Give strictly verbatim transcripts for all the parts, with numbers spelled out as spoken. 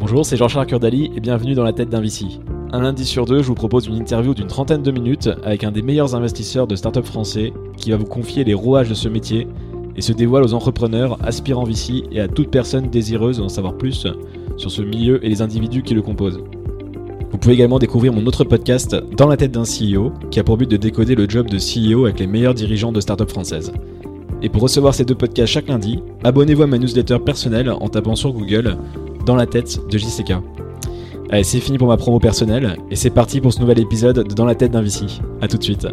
Bonjour, c'est Jean-Charles Curdali et bienvenue dans la tête d'un V C. Un lundi sur deux, je vous propose une interview d'une trentaine de minutes avec un des meilleurs investisseurs de start-up français qui va vous confier les rouages de ce métier et se dévoile aux entrepreneurs, aspirants V C et à toute personne désireuse d'en savoir plus sur ce milieu et les individus qui le composent. Vous pouvez également découvrir mon autre podcast Dans la tête d'un C E O qui a pour but de décoder le job de C E O avec les meilleurs dirigeants de start-up françaises. Et pour recevoir ces deux podcasts chaque lundi, abonnez-vous à ma newsletter personnelle en tapant sur Google Dans la tête de J C K. Allez, c'est fini pour ma promo personnelle et c'est parti pour ce nouvel épisode de Dans la tête d'un V C. A tout de suite.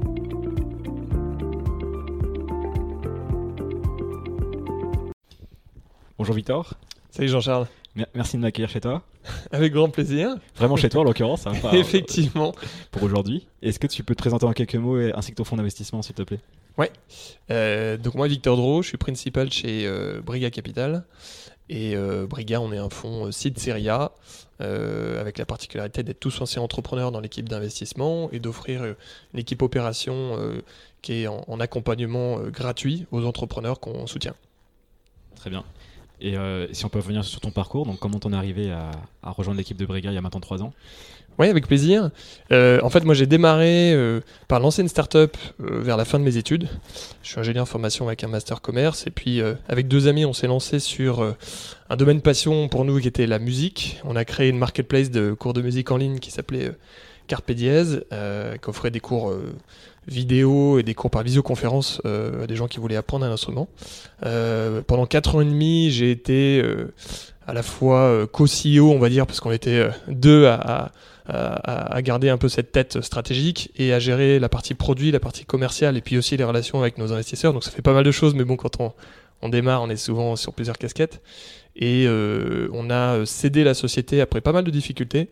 Bonjour Victor. Salut Jean-Charles. Merci de m'accueillir chez toi. Avec grand plaisir. Vraiment chez toi en l'occurrence. Hein, pas, Effectivement. Euh, pour aujourd'hui. Est-ce que tu peux te présenter en quelques mots et, ainsi que ton fonds d'investissement s'il te plaît ? Ouais. Euh, donc moi Victor Drault, je suis principal chez euh, Briga Capital. Et euh, Briga, on est un fonds euh, seed série A, euh, avec la particularité d'être tous anciens entrepreneurs dans l'équipe d'investissement et d'offrir euh, une équipe opération euh, qui est en, en accompagnement euh, gratuit aux entrepreneurs qu'on soutient. Très bien. Et euh, si on peut revenir sur ton parcours, donc comment t'en es arrivé à, à rejoindre l'équipe de Briga il y a maintenant trois ans ? Oui, avec plaisir. Euh, en fait, moi, j'ai démarré euh, par lancer une start-up euh, vers la fin de mes études. Je suis ingénieur en formation avec un master commerce. Et puis, euh, avec deux amis, on s'est lancé sur euh, un domaine passion pour nous qui était la musique. On a créé une marketplace de cours de musique en ligne qui s'appelait euh, Carpe Diez, euh, qui offrait des cours euh, vidéo et des cours par visioconférence euh, à des gens qui voulaient apprendre un instrument. Euh, pendant quatre ans et demi, j'ai été euh, à la fois euh, co-C E O, on va dire, parce qu'on était euh, deux à... à À, à garder un peu cette tête stratégique et à gérer la partie produit, la partie commerciale et puis aussi les relations avec nos investisseurs. Donc ça fait pas mal de choses, mais bon, quand on, on démarre, on est souvent sur plusieurs casquettes. Et euh, on a cédé la société après pas mal de difficultés,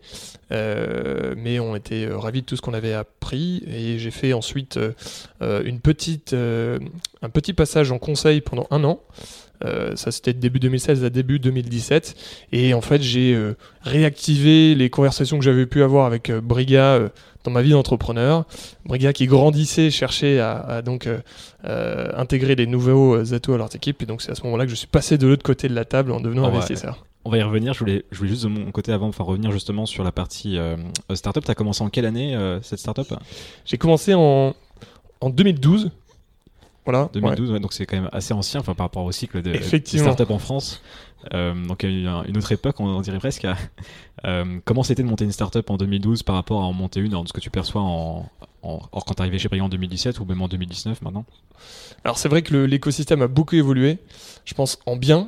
euh, mais on était ravis de tout ce qu'on avait appris. Et j'ai fait ensuite euh, une petite, euh, un petit passage en conseil pendant un an. Euh, ça c'était début deux mille seize à début deux mille dix-sept et en fait j'ai euh, réactivé les conversations que j'avais pu avoir avec euh, Briga euh, dans ma vie d'entrepreneur. Briga qui grandissait, cherchait à, à donc euh, euh, intégrer des nouveaux euh, atouts à leur équipe et donc c'est à ce moment-là que je suis passé de l'autre côté de la table en devenant oh, investisseur. Ouais. On va y revenir, je voulais, je voulais juste de mon côté avant, enfin revenir justement sur la partie euh, startup. Tu as commencé en quelle année euh, cette startup ? J'ai commencé en, en deux mille douze. Voilà, deux mille douze, ouais. Ouais, donc c'est quand même assez ancien enfin, par rapport au cycle de, des Effectivement. startups en France. Euh, donc il y a eu une autre époque, on, on dirait presque. Euh, comment c'était de monter une startup en deux mille douze par rapport à en monter une, alors, de ce que tu perçois en, en, or quand tu es arrivé chez Briga en deux mille dix-sept ou même en deux mille dix-neuf maintenant ? Alors c'est vrai que le, l'écosystème a beaucoup évolué, je pense en bien.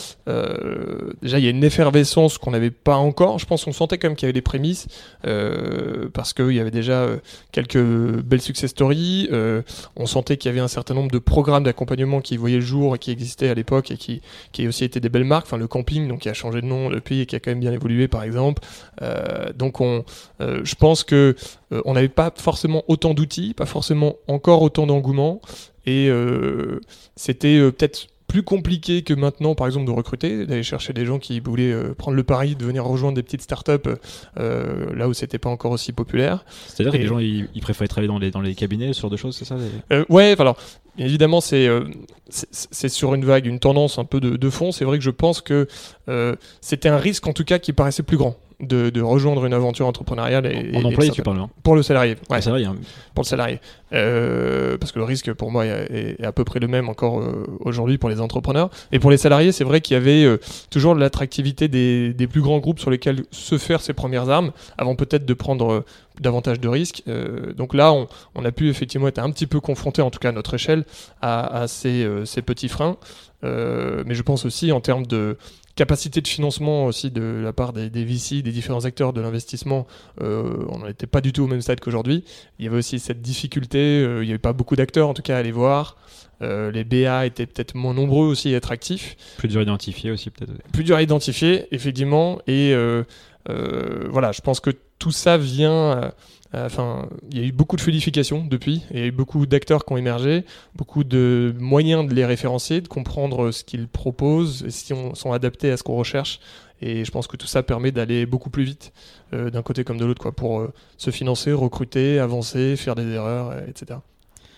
Euh, déjà il y a une effervescence qu'on n'avait pas encore, je pense qu'on sentait quand même qu'il y avait des prémices euh, parce qu'il y avait déjà euh, quelques belles success stories, euh, on sentait qu'il y avait un certain nombre de programmes d'accompagnement qui voyaient le jour et qui existaient à l'époque et qui, qui aussi étaient des belles marques, enfin le camping donc qui a changé de nom depuis et qui a quand même bien évolué par exemple, euh, donc on, euh, je pense que euh, on n'avait pas forcément autant d'outils, pas forcément encore autant d'engouement et euh, c'était euh, peut-être plus compliqué que maintenant, par exemple, de recruter, d'aller chercher des gens qui voulaient euh, prendre le pari de venir rejoindre des petites startups euh, là où c'était pas encore aussi populaire. C'est-à-dire et... que les gens ils, ils préfèrent travailler dans les, dans les cabinets, ce genre de choses, c'est ça les... euh, Ouais, alors évidemment c'est, euh, c'est, c'est sur une vague, une tendance un peu de, de fond. C'est vrai que je pense que euh, c'était un risque en tout cas qui paraissait plus grand. De, de rejoindre une aventure entrepreneuriale et, en et, employé et tu parles hein. Pour le salarié, ouais. Le salarié hein. Pour le salarié, euh, parce que le risque pour moi est, est à peu près le même encore euh, aujourd'hui pour les entrepreneurs. Et pour les salariés, c'est vrai qu'il y avait euh, toujours de l'attractivité des, des plus grands groupes sur lesquels se faire ses premières armes, avant peut-être de prendre euh, davantage de risques. Euh, donc là, on, on a pu effectivement être un petit peu confronté, en tout cas à notre échelle, à, à ces, euh, ces petits freins. Euh, mais je pense aussi en termes de capacité de financement aussi de la part des, des V C, des différents acteurs de l'investissement, euh, on n'était pas du tout au même stade qu'aujourd'hui. Il y avait aussi cette difficulté, euh, il n'y avait pas beaucoup d'acteurs en tout cas à aller voir. Euh, les B A étaient peut-être moins nombreux aussi à être actifs. Plus dur à identifier aussi peut-être. Plus dur à identifier, effectivement. Et euh, euh, voilà, je pense que tout ça vient... Euh, Enfin, il y a eu beaucoup de fluidification depuis, et il y a eu beaucoup d'acteurs qui ont émergé, beaucoup de moyens de les référencer, de comprendre ce qu'ils proposent, et si on sont adaptés à ce qu'on recherche. Et je pense que tout ça permet d'aller beaucoup plus vite, euh, d'un côté comme de l'autre, quoi, pour euh, se financer, recruter, avancer, faire des erreurs, et cetera.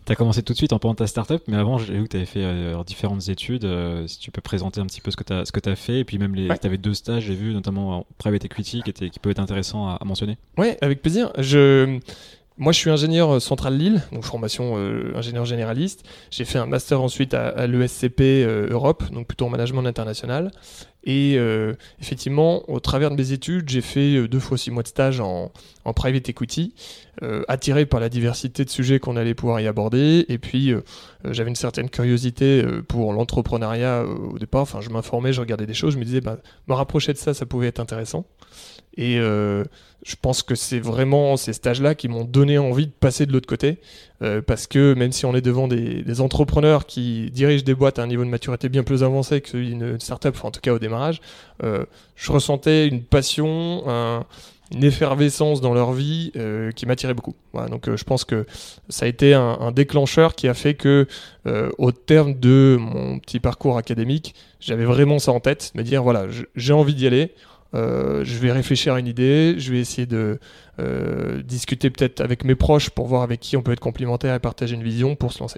Tu as commencé tout de suite en parlant de ta startup, mais avant, j'ai vu que tu avais fait euh, différentes études. Euh, si tu peux présenter un petit peu ce que tu as, ce que tu as fait, et puis même les, Ouais. tu avais deux stages, j'ai vu, notamment en private equity, qui, étaient, qui peuvent être intéressants à, à mentionner. Ouais, avec plaisir. Je... Moi, je suis ingénieur central Lille, donc formation euh, ingénieur généraliste. J'ai fait un master ensuite à, à l'E S C P euh, Europe, donc plutôt en management international. Et euh, effectivement, au travers de mes études, j'ai fait euh, deux fois six mois de stage en, en private equity, euh, attiré par la diversité de sujets qu'on allait pouvoir y aborder. Et puis, euh, j'avais une certaine curiosité euh, pour l'entrepreneuriat euh, au départ. Enfin, je m'informais, je regardais des choses, je me disais, bah, me rapprocher de ça, ça pouvait être intéressant. Et euh, je pense que c'est vraiment ces stages-là qui m'ont donné envie de passer de l'autre côté. Euh, parce que même si on est devant des, des entrepreneurs qui dirigent des boîtes à un niveau de maturité bien plus avancé que celui d'une startup, enfin, en tout cas au démarrage, euh, je ressentais une passion, un, une effervescence dans leur vie euh, qui m'attirait beaucoup. Voilà, donc euh, je pense que ça a été un, un déclencheur qui a fait que, euh, au terme de mon petit parcours académique, j'avais vraiment ça en tête, me dire voilà, j'ai envie d'y aller. Euh, je vais réfléchir à une idée, je vais essayer de euh, discuter peut-être avec mes proches pour voir avec qui on peut être complémentaire et partager une vision pour se lancer.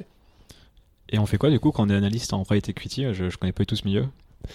Et on fait quoi du coup quand on est analyste en private equity? Je ne connais pas du tout ce milieu.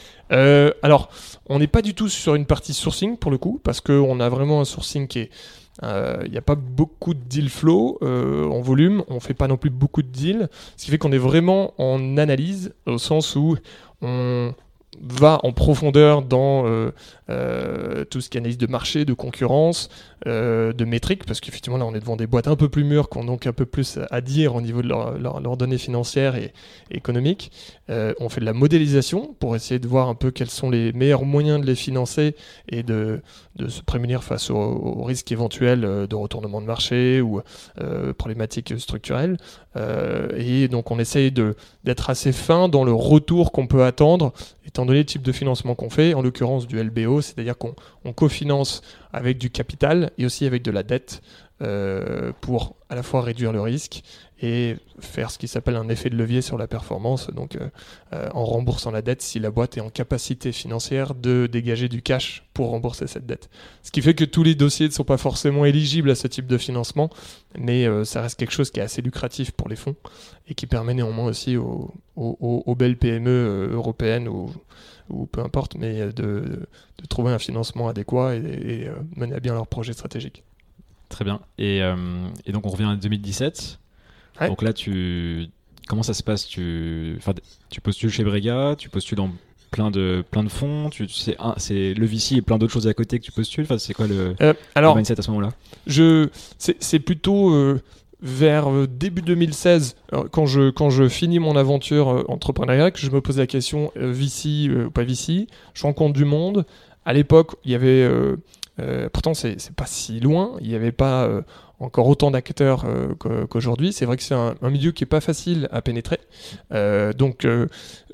Euh, alors, on n'est pas du tout sur une partie sourcing pour le coup, parce qu'on a vraiment un sourcing qui est... Il euh, n'y a pas beaucoup de deal flow euh, en volume, on ne fait pas non plus beaucoup de deals, ce qui fait qu'on est vraiment en analyse, au sens où on... va en profondeur dans euh, euh, tout ce qui est analyse de marché, de concurrence, euh, de métriques, parce qu'effectivement là on est devant des boîtes un peu plus mûres qui ont donc un peu plus à dire au niveau de leurs leur, leur données financières et, et économiques. Euh, on fait de la modélisation pour essayer de voir un peu quels sont les meilleurs moyens de les financer et de, de se prémunir face aux, aux risques éventuels de retournement de marché ou euh, problématiques structurelles. Euh, et donc on essaye de, d'être assez fin dans le retour qu'on peut attendre étant donné le type de financement qu'on fait, en l'occurrence du L B O, c'est-à-dire qu'on on cofinance avec du capital et aussi avec de la dette euh, pour à la fois réduire le risque et faire ce qui s'appelle un effet de levier sur la performance, donc euh, euh, en remboursant la dette si la boîte est en capacité financière de dégager du cash pour rembourser cette dette. Ce qui fait que tous les dossiers ne sont pas forcément éligibles à ce type de financement, mais euh, ça reste quelque chose qui est assez lucratif pour les fonds et qui permet néanmoins aussi aux, aux, aux belles P M E européennes ou, ou peu importe, mais de, de trouver un financement adéquat et, et euh, mener à bien leur projet stratégique. Très bien. Et, euh, et donc on revient en deux mille dix-sept. Ouais. Donc là, tu... comment ça se passe? tu... Enfin, tu postules chez Brega, tu postules dans plein de, plein de fonds, tu... c'est, un... c'est le V C et plein d'autres choses à côté que tu postules. Enfin, c'est quoi le, euh, alors, le mindset à ce moment-là? je... c'est, c'est plutôt euh, vers euh, début deux mille seize, alors, quand, je, quand je finis mon aventure euh, entrepreneuriale, que je me pose la question euh, V C ou euh, pas V C, je rencontre du monde. À l'époque, il y avait... Euh, euh, pourtant, c'est, c'est pas si loin, il n'y avait pas... Euh, encore autant d'acteurs euh, qu'aujourd'hui. C'est vrai que c'est un, un milieu qui n'est pas facile à pénétrer. Euh, donc, euh,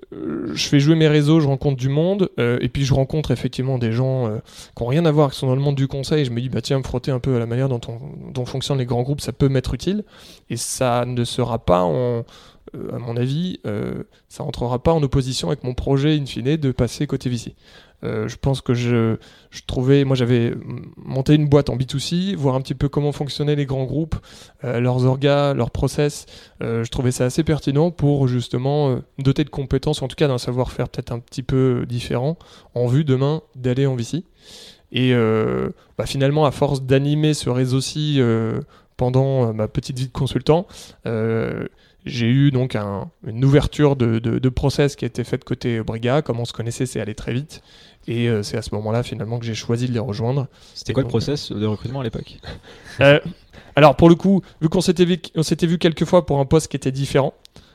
je fais jouer mes réseaux, je rencontre du monde, euh, et puis je rencontre effectivement des gens euh, qui n'ont rien à voir, qui sont dans le monde du conseil. Je me dis, bah, tiens, me frotter un peu à la manière dont, on, dont fonctionnent les grands groupes, ça peut m'être utile. Et ça ne sera pas, en, euh, à mon avis, euh, ça ne rentrera pas en opposition avec mon projet, in fine, de passer côté V C. Euh, je pense que je, je trouvais, moi j'avais monté une boîte en B deux C, voir un petit peu comment fonctionnaient les grands groupes, euh, leurs orgas, leurs process. Euh, je trouvais ça assez pertinent pour justement euh, doter de compétences, en tout cas d'un savoir-faire peut-être un petit peu différent, en vue demain d'aller en V C. Et euh, bah, finalement, à force d'animer ce réseau-ci euh, pendant ma petite vie de consultant, euh, j'ai eu donc un, une ouverture de, de, de process qui a été faite côté Brega. Comme on se connaissait, c'est allé très vite. Et euh, c'est à ce moment-là, finalement, que j'ai choisi de les rejoindre. C'était et quoi donc, le process de recrutement à l'époque? euh, Alors, pour le coup, vu qu'on s'était vu, on s'était vu quelques fois pour un poste qui était différent,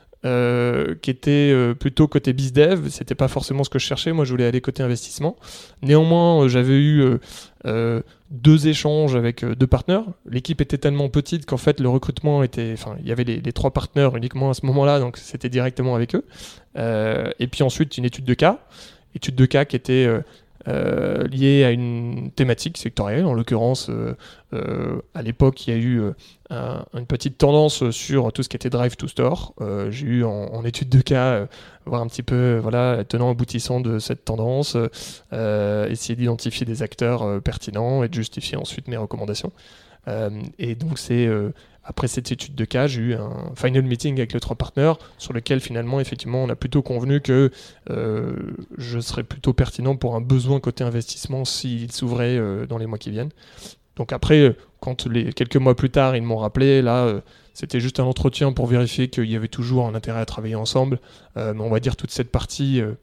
euh, qui était euh, plutôt côté bizdev, c'était pas forcément ce que je cherchais. Moi, je voulais aller côté investissement. Néanmoins, euh, j'avais eu euh, euh, deux échanges avec euh, deux partenaires. L'équipe était tellement petite qu'en fait, le recrutement était... Enfin, il y avait les, les trois partenaires uniquement à ce moment-là, donc c'était directement avec eux. Euh, et puis ensuite, une étude de cas. Étude de cas qui était euh, euh, liée à une thématique sectorielle. En l'occurrence, euh, euh, à l'époque, il y a eu euh, un, une petite tendance sur tout ce qui était drive to store. Euh, j'ai eu en, en étude de cas euh, voir un petit peu voilà, tenant aboutissant de cette tendance, euh, essayer d'identifier des acteurs euh, pertinents et de justifier ensuite mes recommandations. Euh, et donc c'est euh, après cette étude de cas, j'ai eu un final meeting avec les trois partenaires sur lequel finalement effectivement on a plutôt convenu que euh, je serais plutôt pertinent pour un besoin côté investissement s'il s'ouvrait euh, dans les mois qui viennent. Donc après, quand les, quelques mois plus tard ils m'ont rappelé, là euh, c'était juste un entretien pour vérifier qu'il y avait toujours un intérêt à travailler ensemble. Euh, mais on va dire toute cette partie euh,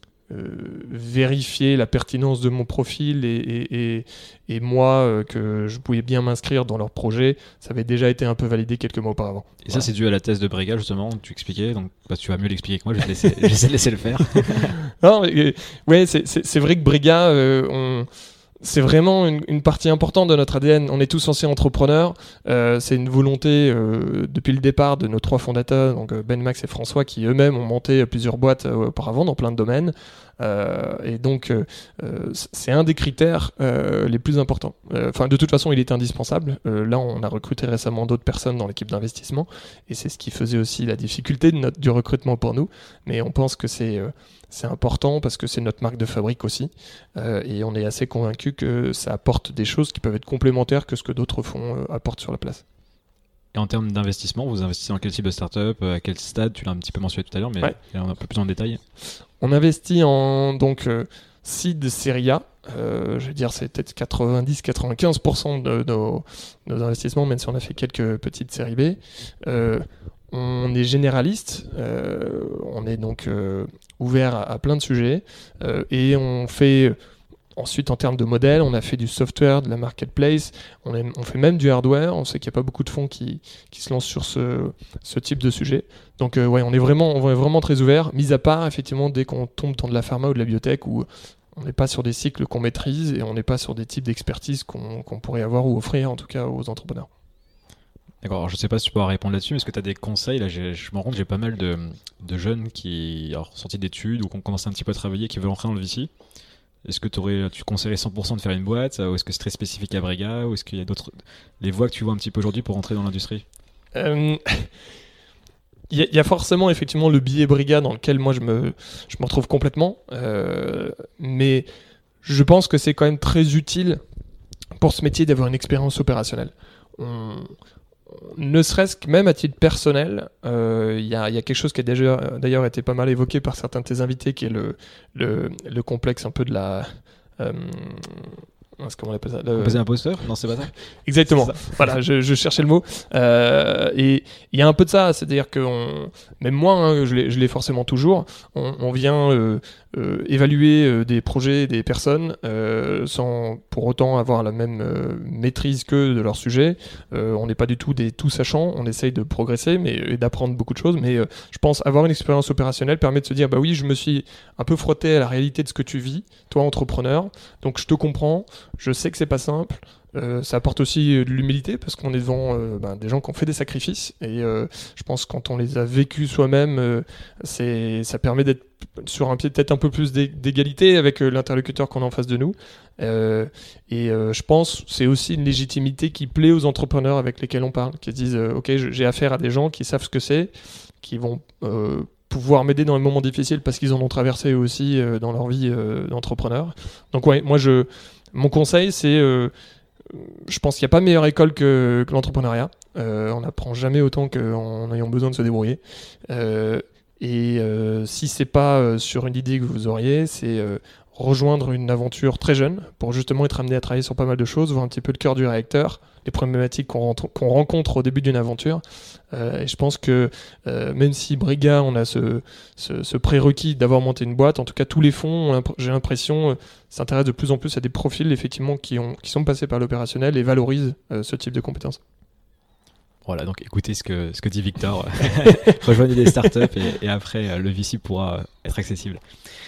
Euh, vérifier la pertinence de mon profil et, et, et, et moi euh, que je pouvais bien m'inscrire dans leur projet, ça avait déjà été un peu validé quelques mois auparavant. Et voilà. Ça c'est dû à la thèse de Brega justement, tu expliquais, donc bah, tu vas mieux l'expliquer que moi, je vais te laisser, j'essaie de laisser le faire. Non, mais, euh, ouais, c'est, c'est, c'est vrai que Brega, euh, on... c'est vraiment une, une partie importante de notre A D N. On est tous anciens entrepreneurs. Euh, c'est une volonté euh, depuis le départ de nos trois fondateurs, donc Ben, Max et François, qui eux-mêmes ont monté plusieurs boîtes euh, auparavant dans plein de domaines. Euh, et donc, euh, c'est un des critères euh, les plus importants. Enfin, euh, de toute façon, il est indispensable. Euh, là, on a recruté récemment d'autres personnes dans l'équipe d'investissement, et c'est ce qui faisait aussi la difficulté de notre, du recrutement pour nous. Mais on pense que c'est euh, c'est important parce que c'est notre marque de fabrique aussi, euh, et on est assez convaincu que ça apporte des choses qui peuvent être complémentaires que ce que d'autres fonds euh, apportent sur la place. Et en termes d'investissement, vous investissez dans quel type de start-up, à quel stade? Tu l'as un petit peu mentionné tout à l'heure, mais ouais. un peu plus en détail. On investit en donc euh, seed série A. Euh, je veux dire, c'est peut-être quatre-vingt-dix à quatre-vingt-quinze pour cent de nos, nos investissements, même si on a fait quelques petites séries B. Euh, on est généraliste, euh, on est donc euh, ouvert à, à plein de sujets, euh, et on fait... Ensuite, en termes de modèles, on a fait du software, de la marketplace, on, est, on fait même du hardware. On sait qu'il n'y a pas beaucoup de fonds qui, qui se lancent sur ce, ce type de sujet. Donc, euh, ouais, on est, vraiment, on est vraiment très ouvert, mis à part, effectivement, dès qu'on tombe dans de la pharma ou de la biotech, où on n'est pas sur des cycles qu'on maîtrise et on n'est pas sur des types d'expertise qu'on, qu'on pourrait avoir ou offrir, en tout cas, aux entrepreneurs. D'accord, alors je ne sais pas si tu pourras répondre là-dessus, mais est-ce que tu as des conseils? Là, j'ai, je me rends compte que j'ai pas mal de, de jeunes qui ont sorti d'études ou qui ont commencé un petit peu à travailler, qui veulent entrer dans le V C. Est-ce que t'aurais, tu conseillerais cent pour cent de faire une boîte, ou est-ce que c'est très spécifique à Brega, ou est-ce qu'il y a d'autres les voies que tu vois un petit peu aujourd'hui pour entrer dans l'industrie? euh, Il y, y a forcément effectivement le biais Brega dans lequel moi je me, je me retrouve complètement, euh, mais je pense que c'est quand même très utile pour ce métier d'avoir une expérience opérationnelle. On, ne serait-ce que même à titre personnel, il euh, y, y a quelque chose qui a déjà d'ailleurs été pas mal évoqué par certains de tes invités, qui est le, le, le complexe un peu de la... Euh, comment on appelle ça, le... Complexe imposteur? Non, c'est pas ça. Exactement. Ça. Voilà, je, je cherchais le mot. Euh, et il y a un peu de ça, c'est-à-dire que on, même moi, hein, je, l'ai, je l'ai forcément toujours. On, on vient euh, euh, évaluer euh, des projets, des personnes, euh, sans pour autant avoir la même euh, maîtrise qu'eux de leur sujet. Euh, on n'est pas du tout des tout sachants. On essaye de progresser, mais et d'apprendre beaucoup de choses. Mais euh, je pense avoir une expérience opérationnelle permet de se dire, bah oui, je me suis un peu frotté à la réalité de ce que tu vis, toi entrepreneur. Donc je te comprends. Je sais que c'est pas simple, euh, ça apporte aussi euh, de l'humilité parce qu'on est devant euh, ben, des gens qui ont fait des sacrifices, et euh, je pense que quand on les a vécus soi-même, euh, c'est, ça permet d'être sur un pied peut-être un peu plus d'égalité avec euh, l'interlocuteur qu'on a en face de nous, euh, et euh, je pense que c'est aussi une légitimité qui plaît aux entrepreneurs avec lesquels on parle, qui se disent euh, ok, j'ai affaire à des gens qui savent ce que c'est, qui vont euh, pouvoir m'aider dans les moments difficiles parce qu'ils en ont traversé aussi euh, dans leur vie euh, d'entrepreneur. Donc ouais, moi je Mon conseil, c'est, euh, je pense qu'il n'y a pas meilleure école que, que l'entrepreneuriat. Euh, on n'apprend jamais autant qu'en ayant besoin de se débrouiller. Euh, et euh, si c'est pas euh, sur une idée que vous auriez, c'est euh, rejoindre une aventure très jeune pour justement être amené à travailler sur pas mal de choses, voir un petit peu le cœur du réacteur, les problématiques qu'on, rentre, qu'on rencontre au début d'une aventure. Euh, et je pense que euh, même si Brega, on a ce, ce, ce prérequis d'avoir monté une boîte, en tout cas tous les fonds, j'ai l'impression, euh, s'intéressent de plus en plus à des profils effectivement qui, ont, qui sont passés par l'opérationnel et valorisent euh, ce type de compétences. Voilà, donc écoutez ce que, ce que dit Victor. Rejoignez des startups et, et après le V C pourra être accessible.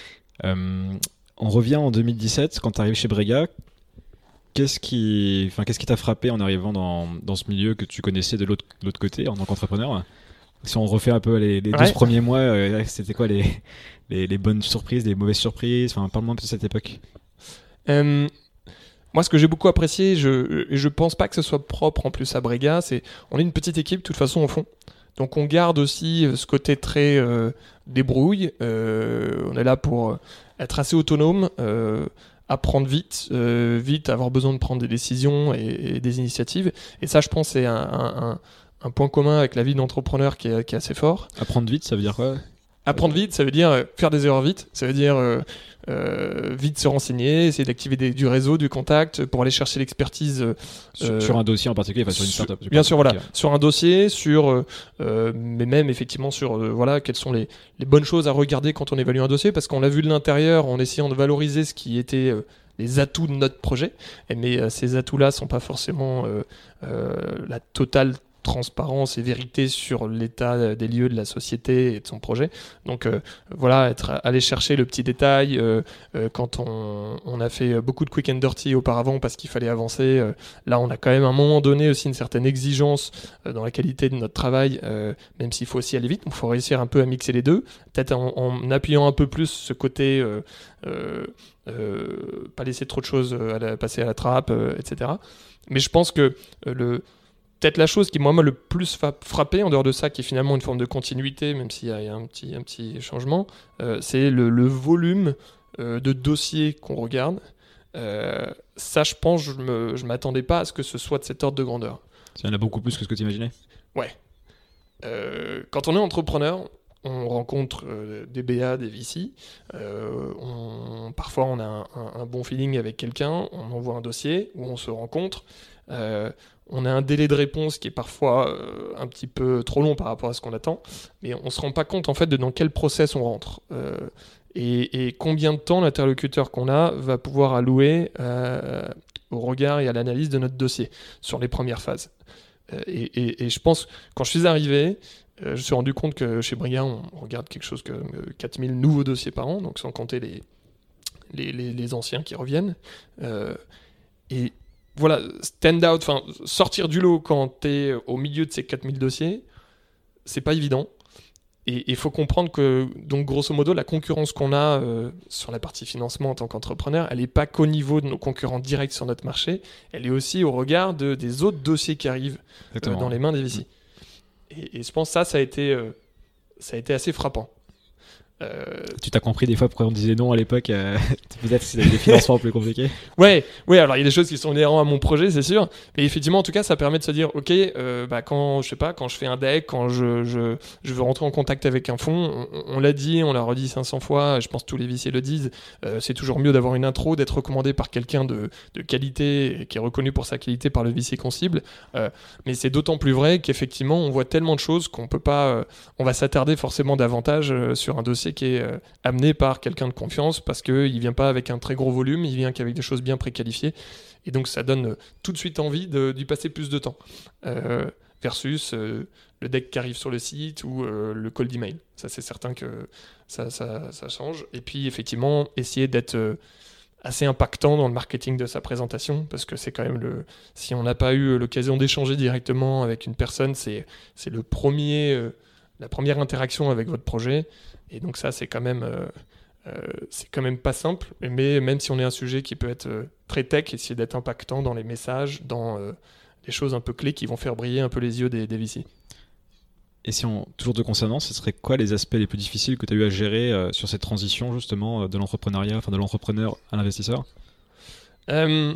Euh, on revient en deux mille dix-sept, quand tu arrives chez Brega. Qu'est-ce qui, enfin, qu'est-ce qui t'a frappé en arrivant dans, dans ce milieu que tu connaissais de l'autre, de l'autre côté en tant qu'entrepreneur? Si on refait un peu les, les douze ouais. premiers mois, euh, c'était quoi les, les, les bonnes surprises, les mauvaises surprises? Enfin, parle-moi un peu de cette époque. Euh, moi, ce que j'ai beaucoup apprécié, je, et je pense pas que ce soit propre en plus à Brega, c'est on est une petite équipe, de toute façon, au fond. Donc on garde aussi ce côté très euh, débrouille. Euh, on est là pour être assez autonome. Euh, apprendre vite, euh, vite avoir besoin de prendre des décisions et, et des initiatives. Et ça, je pense, c'est un, un, un, un point commun avec la vie d'entrepreneur qui est, qui est assez fort. Apprendre vite, ça veut dire quoi ? Apprendre vite, ça veut dire faire des erreurs vite, ça veut dire euh, euh, vite se renseigner, essayer d'activer des, du réseau, du contact pour aller chercher l'expertise. Euh, sur, sur un dossier en particulier, enfin sur une sur, startup. Bien sûr, voilà, sur un dossier, sur, euh, mais même effectivement sur euh, voilà, quelles sont les, les bonnes choses à regarder quand on évalue un dossier, parce qu'on l'a vu de l'intérieur en essayant de valoriser ce qui était euh, les atouts de notre projet, mais euh, ces atouts-là sont pas forcément euh, euh, la totale transparence et vérité sur l'état des lieux de la société et de son projet. Donc euh, voilà, être, aller chercher le petit détail. Euh, euh, quand on, on a fait beaucoup de quick and dirty auparavant parce qu'il fallait avancer, euh, là on a quand même à un moment donné aussi une certaine exigence euh, dans la qualité de notre travail, euh, même s'il faut aussi aller vite. Il faut réussir un peu à mixer les deux, peut-être en, en appuyant un peu plus ce côté... Euh, euh, euh, pas laisser trop de choses à la, passer à la trappe, euh, et cetera. Mais je pense que euh, le peut-être la chose qui moi m'a le plus frappé, en dehors de ça, qui est finalement une forme de continuité, même s'il y a, il y a un, petit, un petit changement, euh, c'est le, le volume euh, de dossiers qu'on regarde. Euh, ça, je pense, je ne m'attendais pas à ce que ce soit de cet ordre de grandeur. Il y en a beaucoup plus que ce que tu imaginais ? Ouais. Euh, quand on est entrepreneur, on rencontre euh, des B A, des V C. Euh, on, parfois, on a un, un, un bon feeling avec quelqu'un, on envoie un dossier où on se rencontre. Euh, on a un délai de réponse qui est parfois euh, un petit peu trop long par rapport à ce qu'on attend, mais on ne se rend pas compte en fait de dans quel process on rentre euh, et, et combien de temps l'interlocuteur qu'on a va pouvoir allouer euh, au regard et à l'analyse de notre dossier sur les premières phases. Euh, et, et, et je pense, quand je suis arrivé, euh, je me suis rendu compte que chez Brigard, on regarde quelque chose comme euh, quatre mille nouveaux dossiers par an, donc sans compter les, les, les, les anciens qui reviennent. Euh, et voilà, stand out, enfin, sortir du lot quand tu es au milieu de ces quatre mille dossiers, c'est pas évident. Et il faut comprendre que, donc, grosso modo, la concurrence qu'on a euh, sur la partie financement en tant qu'entrepreneur, elle n'est pas qu'au niveau de nos concurrents directs sur notre marché, elle est aussi au regard de, des autres dossiers qui arrivent euh, dans les mains des V C. Et, et je pense que ça, ça a été, euh, ça a été assez frappant. Euh... Tu t'as compris des fois pourquoi on disait non à l'époque, euh, peut-être si c'était des financements plus compliqués. Ouais, ouais. Alors il y a des choses qui sont inhérentes à mon projet, c'est sûr. Mais effectivement, en tout cas, ça permet de se dire, ok, euh, bah quand je sais pas, quand je fais un deck, quand je je, je veux rentrer en contact avec un fonds, on, on l'a dit, on l'a redit cinq cents fois. Je pense que tous les V C le disent. Euh, c'est toujours mieux d'avoir une intro, d'être recommandé par quelqu'un de de qualité, qui est reconnu pour sa qualité par le V C qu'on cible. Euh, mais c'est d'autant plus vrai qu'effectivement, on voit tellement de choses qu'on peut pas, euh, on va s'attarder forcément davantage euh, sur un dossier qui est euh, amené par quelqu'un de confiance parce qu'il ne vient pas avec un très gros volume, il vient qu'avec des choses bien préqualifiées. Et donc ça donne euh, tout de suite envie de, d'y passer plus de temps. Euh, versus euh, le deck qui arrive sur le site ou euh, le cold email. Ça, c'est certain que ça, ça, ça change. Et puis, effectivement, essayer d'être euh, assez impactant dans le marketing de sa présentation parce que c'est quand même le... Si on n'a pas eu l'occasion d'échanger directement avec une personne, c'est, c'est le premier... Euh, la première interaction avec votre projet, et donc ça c'est quand même euh, euh, c'est quand même pas simple, mais même si on est un sujet qui peut être euh, très tech, essayer d'être impactant dans les messages, dans euh, les choses un peu clés qui vont faire briller un peu les yeux des, des V C. Et si on, toujours te concernant, ce serait quoi les aspects les plus difficiles que tu as eu à gérer euh, sur cette transition justement euh, de l'entrepreneuriat, enfin de l'entrepreneur à l'investisseur? euh...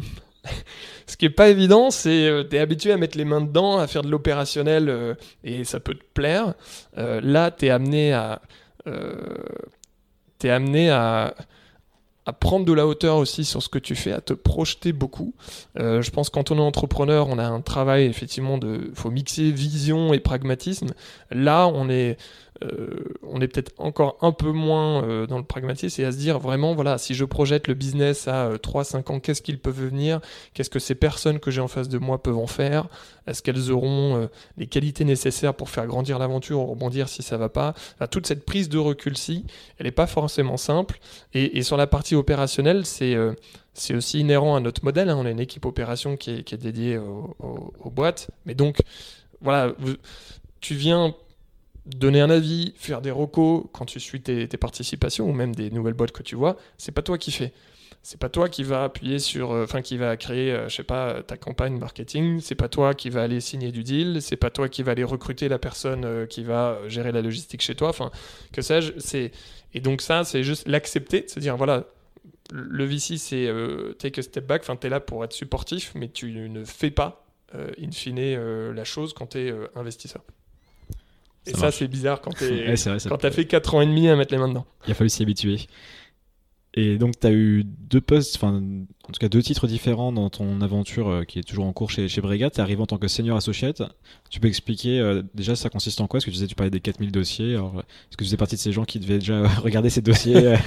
Ce qui est pas évident, c'est euh, t'es habitué à mettre les mains dedans, à faire de l'opérationnel euh, et ça peut te plaire. Euh, là, t'es amené à euh, t'es amené à à prendre de la hauteur aussi sur ce que tu fais, à te projeter beaucoup. Euh, je pense que quand on est entrepreneur, on a un travail effectivement de, faut mixer vision et pragmatisme. Là, on est Euh, on est peut-être encore un peu moins euh, dans le pragmatisme et à se dire vraiment, voilà, si je projette le business à euh, trois à cinq ans, qu'est-ce qu'ils peuvent venir? Qu'est-ce que ces personnes que j'ai en face de moi peuvent en faire? Est-ce qu'elles auront euh, les qualités nécessaires pour faire grandir l'aventure ou rebondir si ça va pas? Enfin, toute cette prise de recul-ci, elle n'est pas forcément simple. Et, et sur la partie opérationnelle, c'est... Euh, c'est aussi inhérent à notre modèle, hein. On a une équipe opération qui est, qui est dédiée aux, aux, aux boîtes. Mais donc, voilà, vous, tu viens donner un avis, faire des recos quand tu suis tes, tes participations ou même des nouvelles boîtes que tu vois, c'est pas toi qui fais. C'est pas toi qui va appuyer sur, enfin euh, qui va créer, euh, je sais pas, ta campagne marketing. C'est pas toi qui va aller signer du deal. C'est pas toi qui va aller recruter la personne euh, qui va gérer la logistique chez toi. Enfin, que sais-je. C'est et donc ça, c'est juste l'accepter, de se dire voilà, le V C, c'est euh, take a step back, enfin, tu es là pour être supportif, mais tu ne fais pas, euh, in fine, euh, la chose quand tu es euh, investisseur. Et ça, ça c'est bizarre quand tu ouais, as fait quatre ans et demi à mettre les mains dedans. Il a fallu s'y habituer. Et donc, tu as eu deux postes, enfin, en tout cas deux titres différents dans ton aventure euh, qui est toujours en cours chez, chez Brega. Tu es arrivé en tant que senior associate. Tu peux expliquer euh, déjà ça consiste en quoi? Parce que tu disais, tu parlais des quatre mille dossiers. Alors, est-ce que tu faisais partie de ces gens qui devaient déjà regarder ces dossiers euh...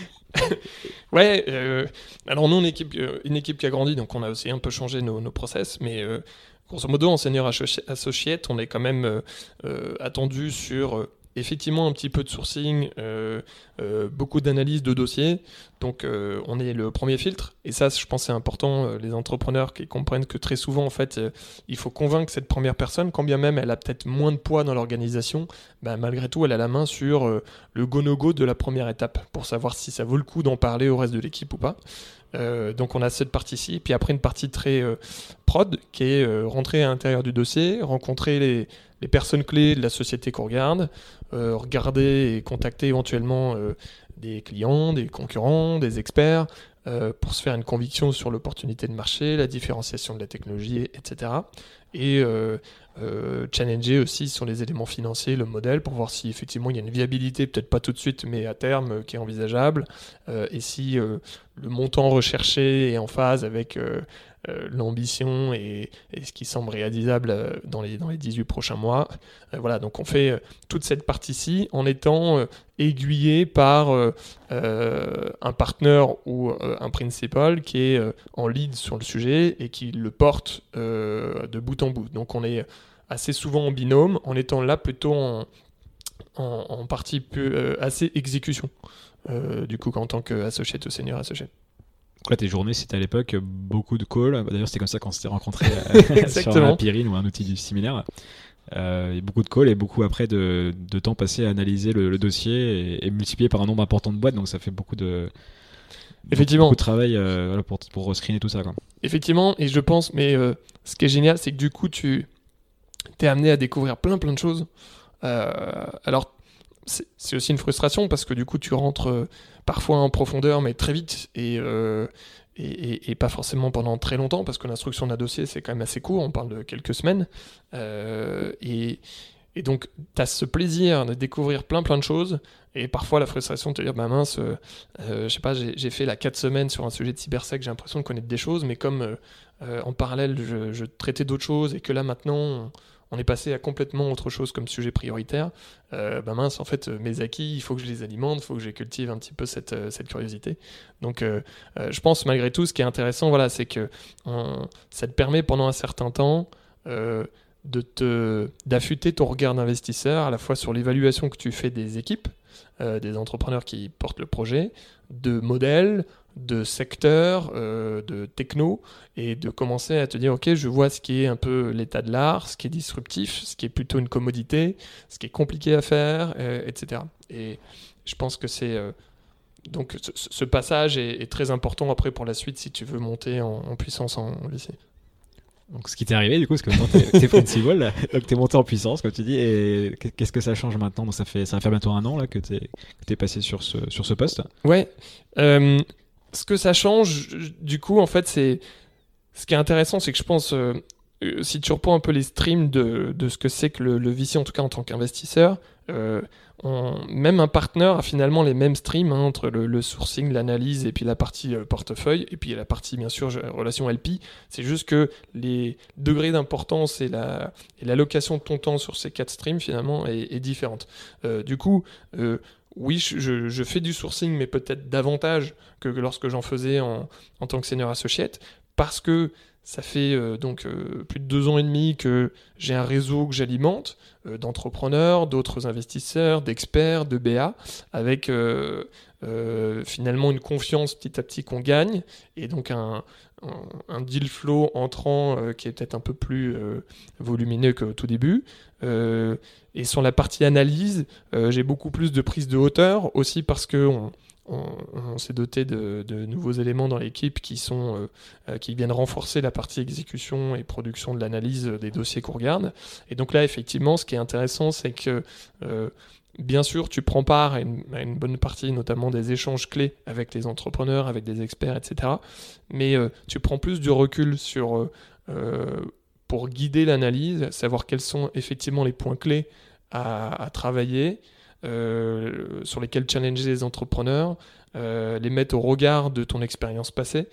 Ouais, euh, alors nous, on est une équipe, une équipe qui a grandi, donc on a aussi un peu changé nos, nos process, mais euh, grosso modo, en senior associate, on est quand même euh, euh, attendu sur euh, effectivement un petit peu de sourcing, euh, euh, beaucoup d'analyse de dossiers, donc euh, on est le premier filtre, et ça, je pense, c'est important, euh, les entrepreneurs qui comprennent que très souvent, en fait, euh, il faut convaincre cette première personne, quand bien même elle a peut-être moins de poids dans l'organisation, bah, malgré tout, elle a la main sur euh, le go-no-go de la première étape, pour savoir si ça vaut le coup d'en parler au reste de l'équipe ou pas. Euh, donc on a cette partie-ci, puis après une partie très euh, prod, qui est euh, rentrer à l'intérieur du dossier, rencontrer les, les personnes clés de la société qu'on regarde, euh, regarder et contacter éventuellement euh, des clients, des concurrents, des experts, euh, pour se faire une conviction sur l'opportunité de marché, la différenciation de la technologie, et cetera. Et euh, euh, challenger aussi sur les éléments financiers, le modèle, pour voir si effectivement il y a une viabilité, peut-être pas tout de suite, mais à terme, euh, qui est envisageable, euh, et si euh, le montant recherché est en phase avec euh, euh, l'ambition et, et ce qui semble réalisable euh, dans, les, dans les dix-huit prochains mois. Euh, voilà, donc on fait euh, toute cette partie-ci en étant euh, aiguillé par euh, euh, un partenaire ou euh, un principal qui est euh, en lead sur le sujet et qui le porte euh, de bout en bout. Donc on est assez souvent en binôme, en étant là plutôt en, en, en partie peu, euh, assez exécution, euh, du coup en tant qu'associate ou senior associate. Quoi, tes journées, c'était à l'époque beaucoup de calls. D'ailleurs, c'était comme ça qu'on s'était rencontrés euh, sur un Pyrine ou un outil du similaire. Euh, et beaucoup de calls et beaucoup après de, de temps passé à analyser le, le dossier et, et multiplié par un nombre important de boîtes. Donc ça fait beaucoup de, Effectivement. beaucoup de travail euh, voilà, pour, pour screener tout ça, quoi. Effectivement, et je pense, mais euh, ce qui est génial, c'est que du coup, tu t'es amené à découvrir plein plein de choses. Euh, alors, c'est, c'est aussi une frustration parce que du coup, tu rentres euh, parfois en profondeur, mais très vite et, euh, et, et, et pas forcément pendant très longtemps parce que l'instruction d'un dossier, c'est quand même assez court, on parle de quelques semaines. Euh, et, et donc, tu as ce plaisir de découvrir plein plein de choses et parfois la frustration de te dire, bah mince, euh, euh, je sais pas, j'ai, j'ai fait la quatre semaines sur un sujet de cybersec, j'ai l'impression de connaître des choses, mais comme euh, euh, en parallèle, je, je traitais d'autres choses et que là maintenant, on, on est passé à complètement autre chose comme sujet prioritaire, euh, bah mince, en fait, mes acquis, il faut que je les alimente, il faut que je cultive un petit peu cette, cette curiosité. Donc, euh, euh, je pense malgré tout, ce qui est intéressant, voilà, c'est que on, ça te permet pendant un certain temps euh, de te, d'affûter ton regard d'investisseur, à la fois sur l'évaluation que tu fais des équipes, euh, des entrepreneurs qui portent le projet, de modèles, de secteurs, euh, de techno, et de commencer à te dire, ok, je vois ce qui est un peu l'état de l'art, ce qui est disruptif, ce qui est plutôt une commodité, ce qui est compliqué à faire, euh, et cetera. Et je pense que c'est... Euh, donc ce, ce passage est, est très important après pour la suite si tu veux monter en, en puissance en V C. Donc ce qui t'est arrivé du coup, c'est que maintenant t'es, t'es principal, là, donc t'es monté en puissance comme tu dis, et qu'est-ce que ça change maintenant? Donc ça fait ça va faire bientôt un an là que t'es que t'es passé sur ce sur ce poste. Ouais. Euh, ce que ça change, du coup, en fait, c'est ce qui est intéressant, c'est que je pense euh, si tu reprends un peu les streams de de ce que c'est que le, le V C en tout cas en tant qu'investisseur. Euh, on, même un partenaire a finalement les mêmes streams hein, entre le, le sourcing, l'analyse et puis la partie euh, portefeuille et puis la partie bien sûr relation L P. C'est juste que les degrés d'importance et, la, et l'allocation de ton temps sur ces quatre streams finalement est, est différente. Euh, du coup, euh, oui, je, je fais du sourcing, mais peut-être davantage que lorsque j'en faisais en, en tant que senior associate, parce que ça fait euh, donc euh, plus de deux ans et demi que j'ai un réseau que j'alimente euh, d'entrepreneurs, d'autres investisseurs, d'experts, de B A, avec euh, euh, finalement une confiance petit à petit qu'on gagne, et donc un, un, un deal flow entrant euh, qui est peut-être un peu plus euh, volumineux qu'au tout début. Euh, et sur la partie analyse, euh, j'ai beaucoup plus de prise de hauteur, aussi parce que on, On, on s'est doté de, de nouveaux éléments dans l'équipe qui sont euh, qui viennent renforcer la partie exécution et production de l'analyse des dossiers qu'on regarde. Et donc là, effectivement, ce qui est intéressant, c'est que euh, bien sûr, tu prends part à une, à une bonne partie, notamment des échanges clés avec les entrepreneurs, avec des experts, et cetera. Mais euh, tu prends plus du recul sur, euh, euh, pour guider l'analyse, savoir quels sont effectivement les points clés à, à travailler, euh, sur lesquels challenger les entrepreneurs, euh, les mettre au regard de ton expérience passée,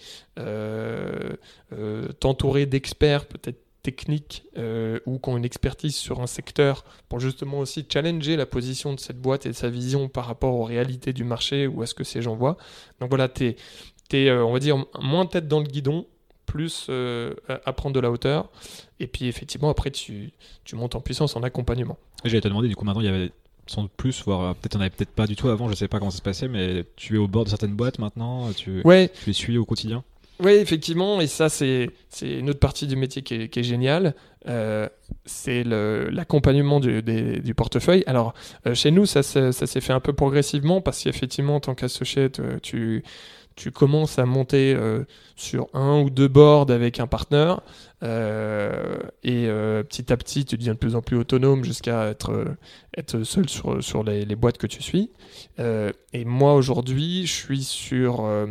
euh, euh, t'entourer d'experts peut-être techniques euh, ou qui ont une expertise sur un secteur pour justement aussi challenger la position de cette boîte et sa vision par rapport aux réalités du marché ou à ce que ces gens voient. Donc voilà, t'es, t'es euh, on va dire, moins tête dans le guidon, plus euh, à prendre de la hauteur. Et puis effectivement, après, tu, tu montes en puissance en accompagnement. J'allais te demander, du coup, maintenant, il y avait sans doute plus, voire peut-être il n'y en avait peut-être pas du tout avant, je sais pas comment ça se passait, mais tu es au bord de certaines boîtes maintenant, tu, ouais. tu les suis au quotidien. Oui, effectivement, et ça, c'est, c'est une autre partie du métier qui est, qui est géniale. Euh, c'est le, l'accompagnement du, des, du portefeuille. Alors, euh, chez nous, ça, ça, ça s'est fait un peu progressivement parce qu'effectivement, en tant qu'associate, tu, tu commences à monter euh, sur un ou deux boards avec un partenaire euh, et euh, petit à petit, tu deviens de plus en plus autonome jusqu'à être, euh, être seul sur, sur les, les boîtes que tu suis. Euh, et moi, aujourd'hui, je suis sur euh,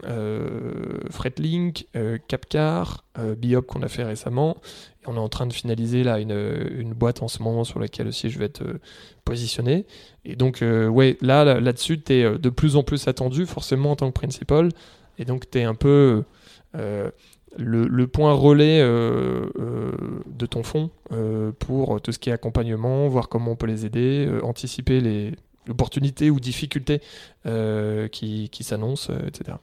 euh, Fretlink, euh, Capcar, euh, Biop qu'on a fait récemment. Et on est en train de finaliser là, une, une boîte en ce moment sur laquelle aussi je vais être euh, positionné. Et donc, euh, ouais, là, là, là-dessus, tu es de plus en plus attendu, forcément, en tant que principal. Et donc, tu es un peu euh, le, le point relais euh, euh, de ton fonds euh, pour tout ce qui est accompagnement, voir comment on peut les aider, euh, anticiper les opportunités ou difficultés euh, qui, qui s'annoncent, euh, et cetera.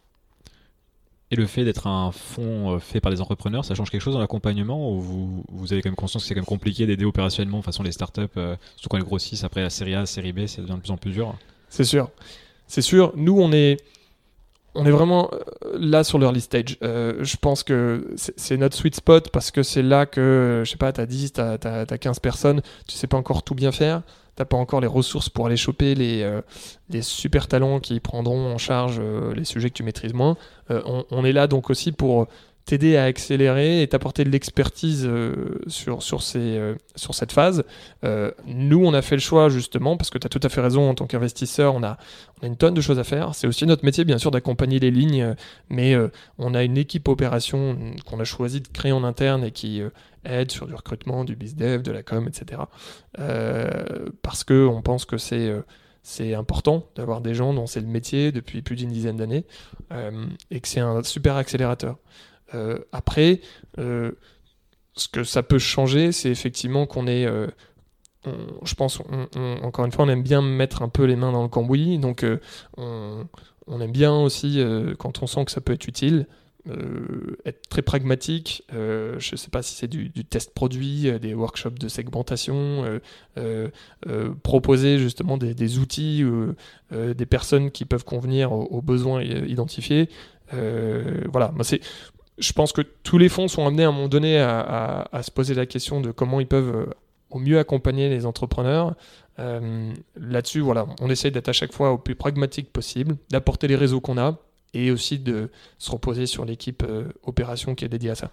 Et le fait d'être un fonds fait par des entrepreneurs, ça change quelque chose dans l'accompagnement ou vous, vous avez quand même conscience que c'est quand même compliqué d'aider opérationnellement de façon les startups, euh, surtout quand elles grossissent après la série A, la série B, ça devient de plus en plus dur. C'est sûr. C'est sûr. Nous, on est, on est vraiment là sur l'early stage. Euh, je pense que c'est, c'est notre sweet spot parce que c'est là que, je sais pas, t'as dix, t'as, t'as, t'as quinze personnes, tu sais pas encore tout bien faire. T'as pas encore les ressources pour aller choper les, euh, les super talents qui prendront en charge euh, les sujets que tu maîtrises moins. Euh, on, on est là donc aussi pour t'aider à accélérer et t'apporter de l'expertise euh, sur, sur, ces, euh, sur cette phase. Euh, nous, on a fait le choix justement, parce que tu as tout à fait raison, en tant qu'investisseur, on a, on a une tonne de choses à faire. C'est aussi notre métier, bien sûr, d'accompagner les lignes, mais euh, on a une équipe opération qu'on a choisi de créer en interne et qui euh, aide sur du recrutement, du bizdev, de la com, et cetera. Euh, parce qu'on pense que c'est... Euh, c'est important d'avoir des gens dont c'est le métier depuis plus d'une dizaine d'années euh, et que c'est un super accélérateur. Euh, après, euh, ce que ça peut changer, c'est effectivement qu'on est, euh, on, je pense, on, on, encore une fois, on aime bien mettre un peu les mains dans le cambouis, donc euh, on, on aime bien aussi, euh, quand on sent que ça peut être utile, Euh, être très pragmatique. Euh, je ne sais pas si c'est du, du test produit, euh, des workshops de segmentation, euh, euh, euh, proposer justement des, des outils, euh, euh, des personnes qui peuvent convenir aux, aux besoins identifiés. Euh, voilà, moi c'est, je pense que tous les fonds sont amenés à un moment donné à, à, à se poser la question de comment ils peuvent euh, au mieux accompagner les entrepreneurs. Euh, là-dessus, voilà, on essaie d'être à chaque fois au plus pragmatique possible, d'apporter les réseaux qu'on a, et aussi de se reposer sur l'équipe euh, opération qui est dédiée à ça.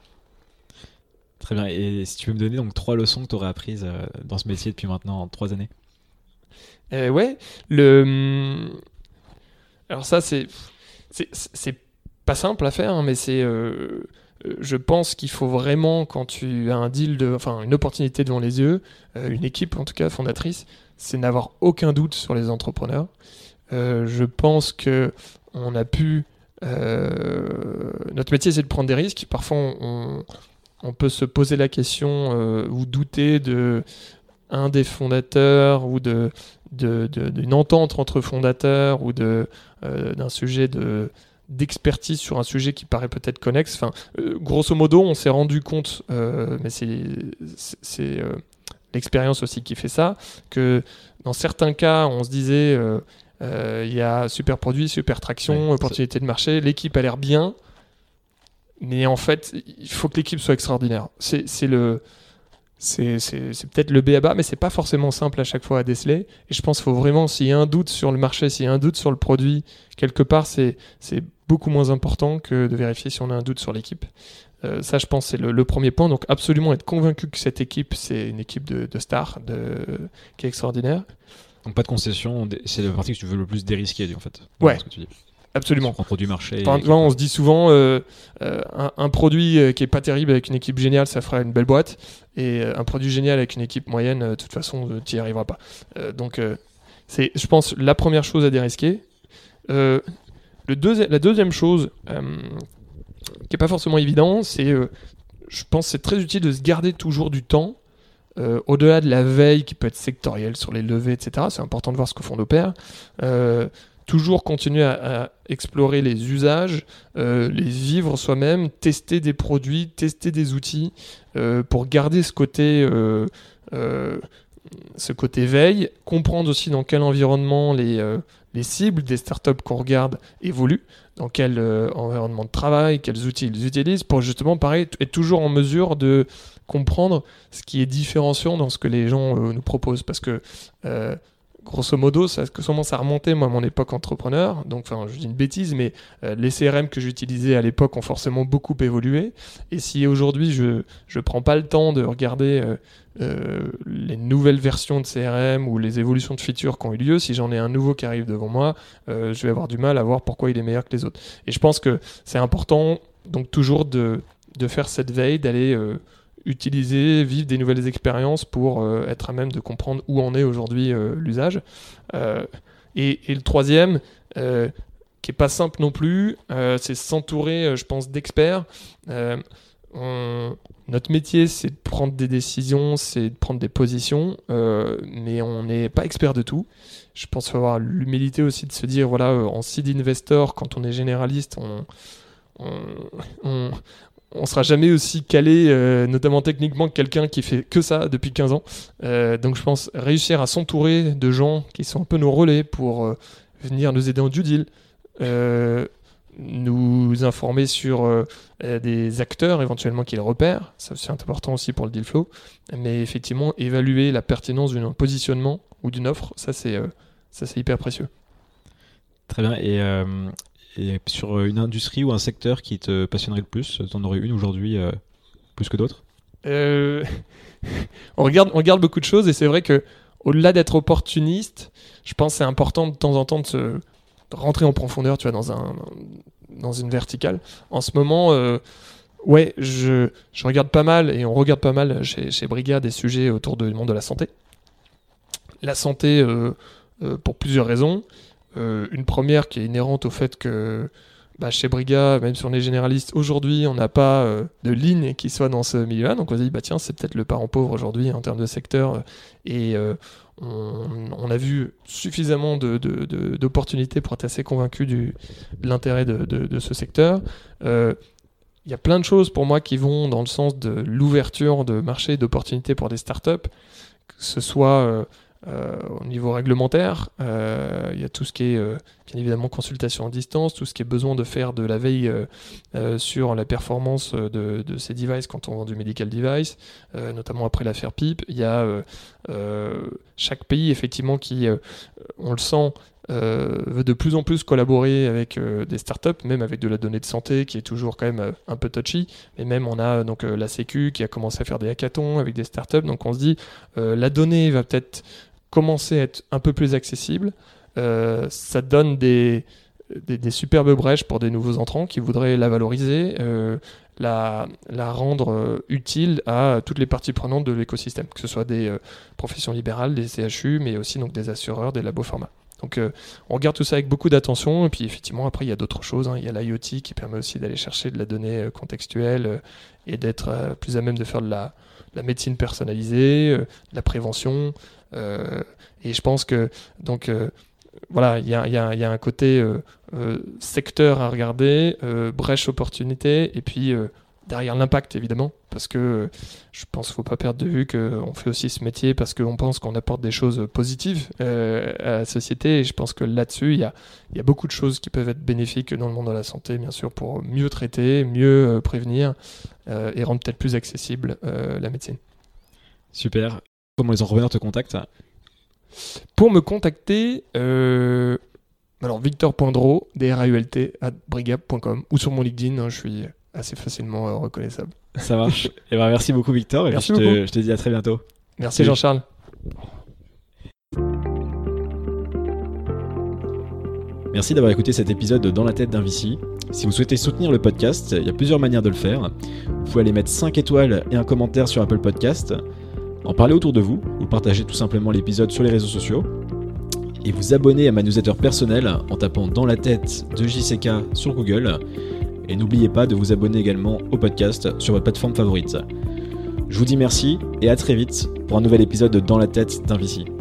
Très bien. Et si tu veux me donner donc trois leçons que tu aurais apprises euh, dans ce métier depuis maintenant trois années. Euh, ouais. Le... Alors ça, c'est... c'est... c'est pas simple à faire, hein, mais c'est... Euh... Je pense qu'il faut vraiment, quand tu as un deal, de... enfin une opportunité devant les yeux, euh, une équipe en tout cas fondatrice, c'est n'avoir aucun doute sur les entrepreneurs. Euh, je pense que on a pu... Euh, notre métier, c'est de prendre des risques. Parfois, on, on peut se poser la question euh, ou douter de un des fondateurs ou de, de, de, d'une entente entre fondateurs ou de, euh, d'un sujet de, d'expertise sur un sujet qui paraît peut-être connexe. Enfin, euh, grosso modo, on s'est rendu compte, euh, mais c'est, c'est, c'est euh, l'expérience aussi qui fait ça, que dans certains cas, on se disait... Euh, il euh, y a super produit, super traction, ouais, opportunité c'est... de marché, l'équipe a l'air bien, mais en fait, il faut que l'équipe soit extraordinaire. C'est, c'est, le, c'est, c'est, c'est peut-être le b a ba, mais c'est pas forcément simple à chaque fois à déceler. Et je pense qu'il faut vraiment, s'il y a un doute sur le marché, s'il y a un doute sur le produit, quelque part, c'est, c'est beaucoup moins important que de vérifier si on a un doute sur l'équipe. Euh, ça, je pense, c'est le, le premier point. Donc, absolument être convaincu que cette équipe, c'est une équipe de, de stars, de, qui est extraordinaire. Donc pas de concession, c'est la partie que tu veux le plus dérisquer en fait. Ouais, ce que tu dis. Absolument. Un produit marché. Enfin, et... On se dit souvent, euh, euh, un, un produit euh, qui est pas terrible avec une équipe géniale, ça fera une belle boîte, et euh, un produit génial avec une équipe moyenne, euh, de toute façon, euh, tu n'y arriveras pas. Euh, donc, euh, c'est, je pense, la première chose à dérisquer. Euh, le deuxi- la deuxième chose, euh, qui est pas forcément évident, c'est, euh, je pense, que c'est très utile de se garder toujours du temps. Euh, au-delà de la veille qui peut être sectorielle sur les levées, et cetera. C'est important de voir ce que font nos pairs. Euh, toujours continuer à, à explorer les usages, euh, les vivre soi-même, tester des produits, tester des outils, euh, pour garder ce côté, euh, euh, ce côté veille, comprendre aussi dans quel environnement les, euh, les cibles des startups qu'on regarde évoluent, dans quel euh, environnement de travail, quels outils ils utilisent, pour justement, pareil, être toujours en mesure de comprendre ce qui est différenciant dans ce que les gens euh, nous proposent. Parce que, euh, grosso modo, ça commence à remonter, moi, à mon époque entrepreneur. Donc, enfin, je dis une bêtise, mais euh, les C R M que j'utilisais à l'époque ont forcément beaucoup évolué. Et si aujourd'hui, je ne prends pas le temps de regarder euh, euh, les nouvelles versions de C R M ou les évolutions de features qui ont eu lieu, si j'en ai un nouveau qui arrive devant moi, euh, je vais avoir du mal à voir pourquoi il est meilleur que les autres. Et je pense que c'est important, donc, toujours de, de faire cette veille, d'aller... Euh, utiliser, vivre des nouvelles expériences pour euh, être à même de comprendre où en est aujourd'hui euh, l'usage. Euh, et, et le troisième, euh, qui n'est pas simple non plus, euh, c'est s'entourer, euh, je pense, d'experts. Euh, on, notre métier, c'est de prendre des décisions, c'est de prendre des positions, euh, mais on n'est pas expert de tout. Je pense qu'il faut avoir l'humilité aussi de se dire, voilà, euh, en seed investor, quand on est généraliste, on... on, on on sera jamais aussi calé, euh, notamment techniquement, que quelqu'un qui fait que ça depuis quinze ans. Euh, donc je pense réussir à s'entourer de gens qui sont un peu nos relais pour euh, venir nous aider en due deal, euh, nous informer sur euh, des acteurs éventuellement qu'ils repèrent, ça c'est important aussi pour le deal flow, mais effectivement évaluer la pertinence d'un positionnement ou d'une offre, ça c'est, euh, ça c'est hyper précieux. Très bien, et... Euh... Et sur une industrie ou un secteur qui te passionnerait le plus, t'en aurais une aujourd'hui euh, plus que d'autres euh, on, regarde, on regarde beaucoup de choses et c'est vrai que au-delà d'être opportuniste, je pense que c'est important de temps en temps de se de rentrer en profondeur, tu vois, dans, un, dans une verticale. En ce moment, euh, ouais, je, je regarde pas mal et on regarde pas mal chez, chez Brigade des sujets autour du monde de la santé. La santé, euh, euh, pour plusieurs raisons. Euh, une première qui est inhérente au fait que bah, chez Brigade, même si on est généraliste, aujourd'hui on n'a pas euh, de ligne qui soit dans ce milieu-là, donc on se dit bah tiens c'est peut-être le parent pauvre aujourd'hui en termes de secteur, et euh, on, on a vu suffisamment de, de, de, d'opportunités pour être assez convaincu du, de l'intérêt de, de, de ce secteur. Euh, il y a plein de choses pour moi qui vont dans le sens de l'ouverture de marché, d'opportunités pour des startups, que ce soit... Euh, Euh, au niveau réglementaire, euh, il y a tout ce qui est euh, bien évidemment consultation à distance, tout ce qui est besoin de faire de la veille euh, euh, sur la performance de, de ces devices quand on vend du medical device, euh, notamment après l'affaire P I P. Il y a euh, euh, chaque pays effectivement qui, euh, on le sent, euh, veut de plus en plus collaborer avec euh, des startups, même avec de la donnée de santé qui est toujours quand même euh, un peu touchy, mais même on a donc euh, la Sécu qui a commencé à faire des hackathons avec des startups, donc on se dit euh, la donnée va peut-être commencer à être un peu plus accessible. Euh, ça donne des, des, des superbes brèches pour des nouveaux entrants qui voudraient la valoriser, euh, la, la rendre euh, utile à toutes les parties prenantes de l'écosystème, que ce soit des euh, professions libérales, des C H U, mais aussi donc, des assureurs, des labos pharma. Donc euh, on regarde tout ça avec beaucoup d'attention, et puis effectivement après il y a d'autres choses, hein. Il y a l'I O T qui permet aussi d'aller chercher de la donnée euh, contextuelle euh, et d'être euh, plus à même de faire de la, de la médecine personnalisée, euh, de la prévention. Euh, et je pense que donc euh, voilà, il y a, y, a, y a un côté euh, euh, secteur à regarder, euh, brèche opportunité, et puis euh, derrière l'impact évidemment, parce que euh, je pense qu'il ne faut pas perdre de vue qu'on fait aussi ce métier parce qu'on pense qu'on apporte des choses positives euh, à la société, et je pense que là-dessus il y a, y a beaucoup de choses qui peuvent être bénéfiques dans le monde de la santé, bien sûr, pour mieux traiter, mieux euh, prévenir euh, et rendre peut-être plus accessible euh, la médecine. Super. Comment les entrepreneurs te contactent ? Pour me contacter, euh, alors victor.drault, D R A U L T, arobase brigap point com, ou sur mon LinkedIn, hein, je suis assez facilement euh, reconnaissable. Ça marche. Et ben merci beaucoup Victor, et merci je, beaucoup. Te, je te dis à très bientôt. Merci Salut. Jean-Charles. Merci d'avoir écouté cet épisode de Dans la tête d'un V C. Si vous souhaitez soutenir le podcast, il y a plusieurs manières de le faire. Vous pouvez aller mettre cinq étoiles et un commentaire sur Apple Podcast, en parler autour de vous, ou partager tout simplement l'épisode sur les réseaux sociaux, et vous abonner à ma newsletter personnelle en tapant Dans la tête de J C K sur Google. Et n'oubliez pas de vous abonner également au podcast sur votre plateforme favorite. Je vous dis merci et à très vite pour un nouvel épisode de Dans la tête d'un V C.